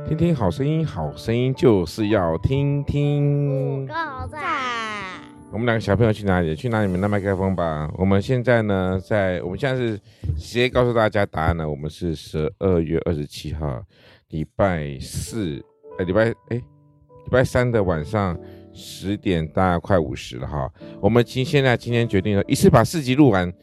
听听好声音，好声音就是要听听。 够赞！ 我们两个小朋友去哪里？去拿你们的麦克风吧。我们现在呢，我们现在是直接告诉大家答案了。我们是12月27号，礼拜三的晚上10点，大概快50了哈。我们今天决定了一次把4集录完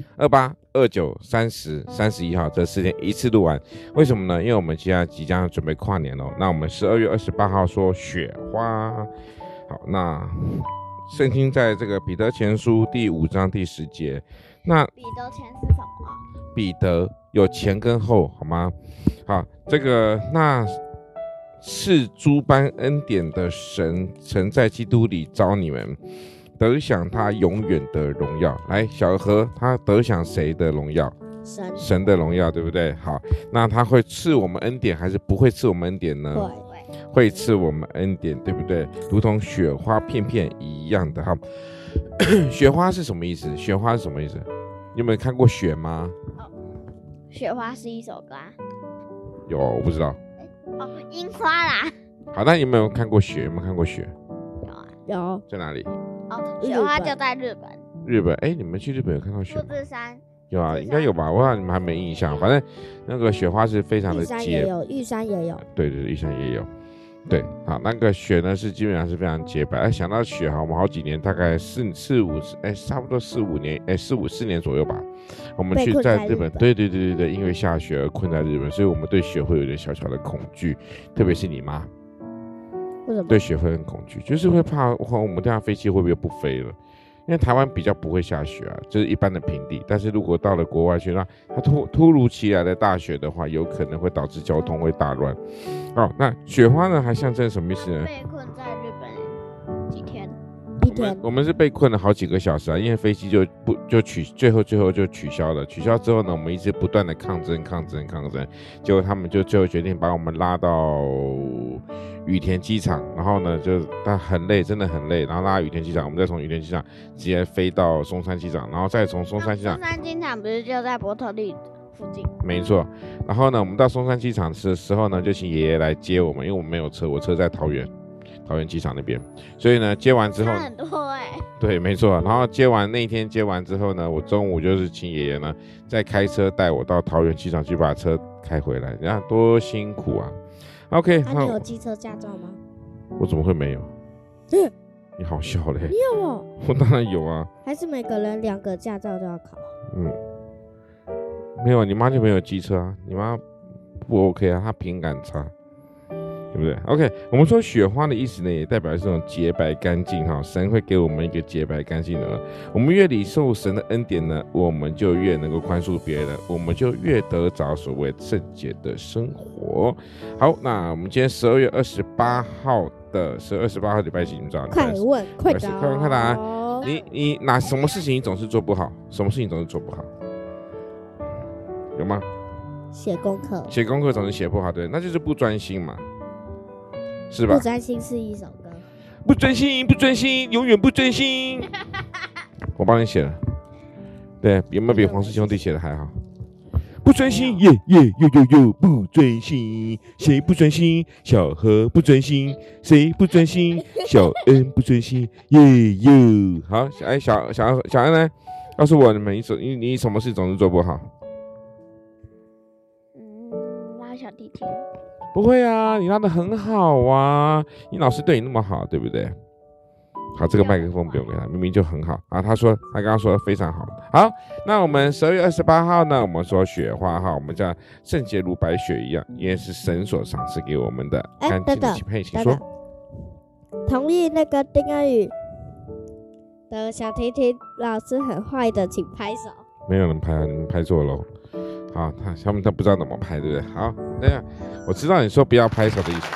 ，28、29、30、31号这4天一次录完。为什么呢？因为我们现在即将准备跨年了。那我们12月28号说雪花。好，那圣经在这个彼得前书第5章第10节。那彼得前是什么？ 彼得有前跟后，好吗？好，这个那是诸般恩典的神，曾在基督里召你们，得享他永远的荣耀。来，小何，他得享谁的荣耀？神的荣耀，对不对？好，那他会赐我们恩典，还是不会赐我们恩典呢？会赐我们恩典，对不对？如同雪花片片一样的哈。雪花是什么意思？雪花是什么意思？你有没有看过雪吗？ 雪花是一首歌啊。 有，我不知道。 樱花啦。 好，那你有没有看过雪？有没有看过雪？ 有啊。 有。 在哪里？ 雪花就在日本。 日本？你们去日本有看到雪吗？ 富士山。 有啊，应该有吧？我想你们还没印象。反正那个雪花是非常的洁， 玉山也有。 对，玉山也有。对，好，那个雪呢是基本上是非常洁白。想到雪哈，我们好几年，大概差不多4-5年左右吧。我们去在日本，对，因为下雪而困在日本，所以我们对雪会有点小小的恐惧，特别是你妈， 为什么？ 对雪会很恐惧，就是会怕我们这样飞机会不会不飞了？因为台湾比较不会下雪啊，就是一般的平地。但是如果到了国外去，那它突如其来的大雪的话，有可能会导致交通会大乱。那雪花呢，还象征什么意思呢？ 被困在日本几天？ 一天。 我们是被困了好几个小时啊，因为飞机最后就取消了。取消之后呢，我们一直不断的抗争，结果他们就最后决定把我们拉到羽田机场，然后呢，但很累，真的很累，然后拉到羽田机场，我们再从羽田机场直接飞到松山机场，然后再从松山机场。 松山机场不是就在波特利附近？ 没错。然后呢，我们到松山机场的时候呢，就请爷爷来接我们，因为我们没有车，我车在桃园机场那边，所以呢，接完之后差很多对，没错。然后那一天接完之后呢，我中午就是请爷爷呢再开车带我到桃园机场去把车开回来，你看多辛苦啊。OK， 你有机车驾照吗？ 我怎么会没有？你好笑嘞！ 你有哦？ 我当然有啊。 还是每个人2个驾照都要考？ 没有，你妈就没有机车啊，你妈不 OK 啊，她品感差，对不对 ？OK， 我们说雪花的意思呢，也代表这种洁白干净哈，神会给我们一个洁白干净的。我们越领受神的恩典呢，我们就越能够宽恕别人，我们就越得着所谓圣洁的生活。好，那我们今天12月28号的礼拜几？你们知道？ 快问快答！你什么事情你总是做不好？什么事情总是做不好？有吗？ 写功课总是写不好，对，那就是不专心嘛，是吧？ 不专心是一首歌。 不专心，永远不专心。我帮你写了，对，有没有比黄氏兄弟写的还好？不专心，耶，不专心，谁不专心？小何不专心，谁不专心？小恩不专心，耶。好，小恩呢？告诉我你什么事总是做不好？ 拉小提琴。 不会啊，你拉得很好啊，你老师对你那么好，对不对？好，这个麦克风不用给他，明明就很好啊。他刚刚说的非常好。好，那我们12月28号呢，我们说雪花哈，我们叫圣洁如白雪一样，因为是神所赏赐给我们的干净的气配。请说。 同意那个丁恩宇的小提琴老师很坏的，请拍手。 没有人拍啊，你们拍错了。好，他们都不知道怎么拍，对不对？好，那样我知道你说不要拍手的意思，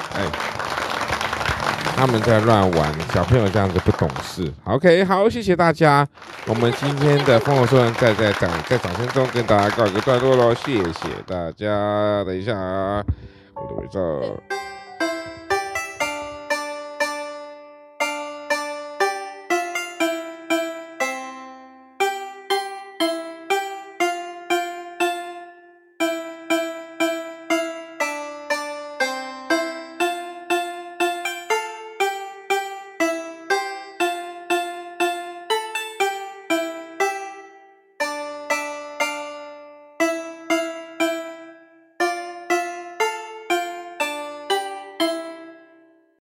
他们在乱玩，小朋友这样子不懂事。OK， 好，谢谢大家。我们今天的丰禾说人在掌声中跟大家告一个段落咯，谢谢大家。等一下啊，我的伪造。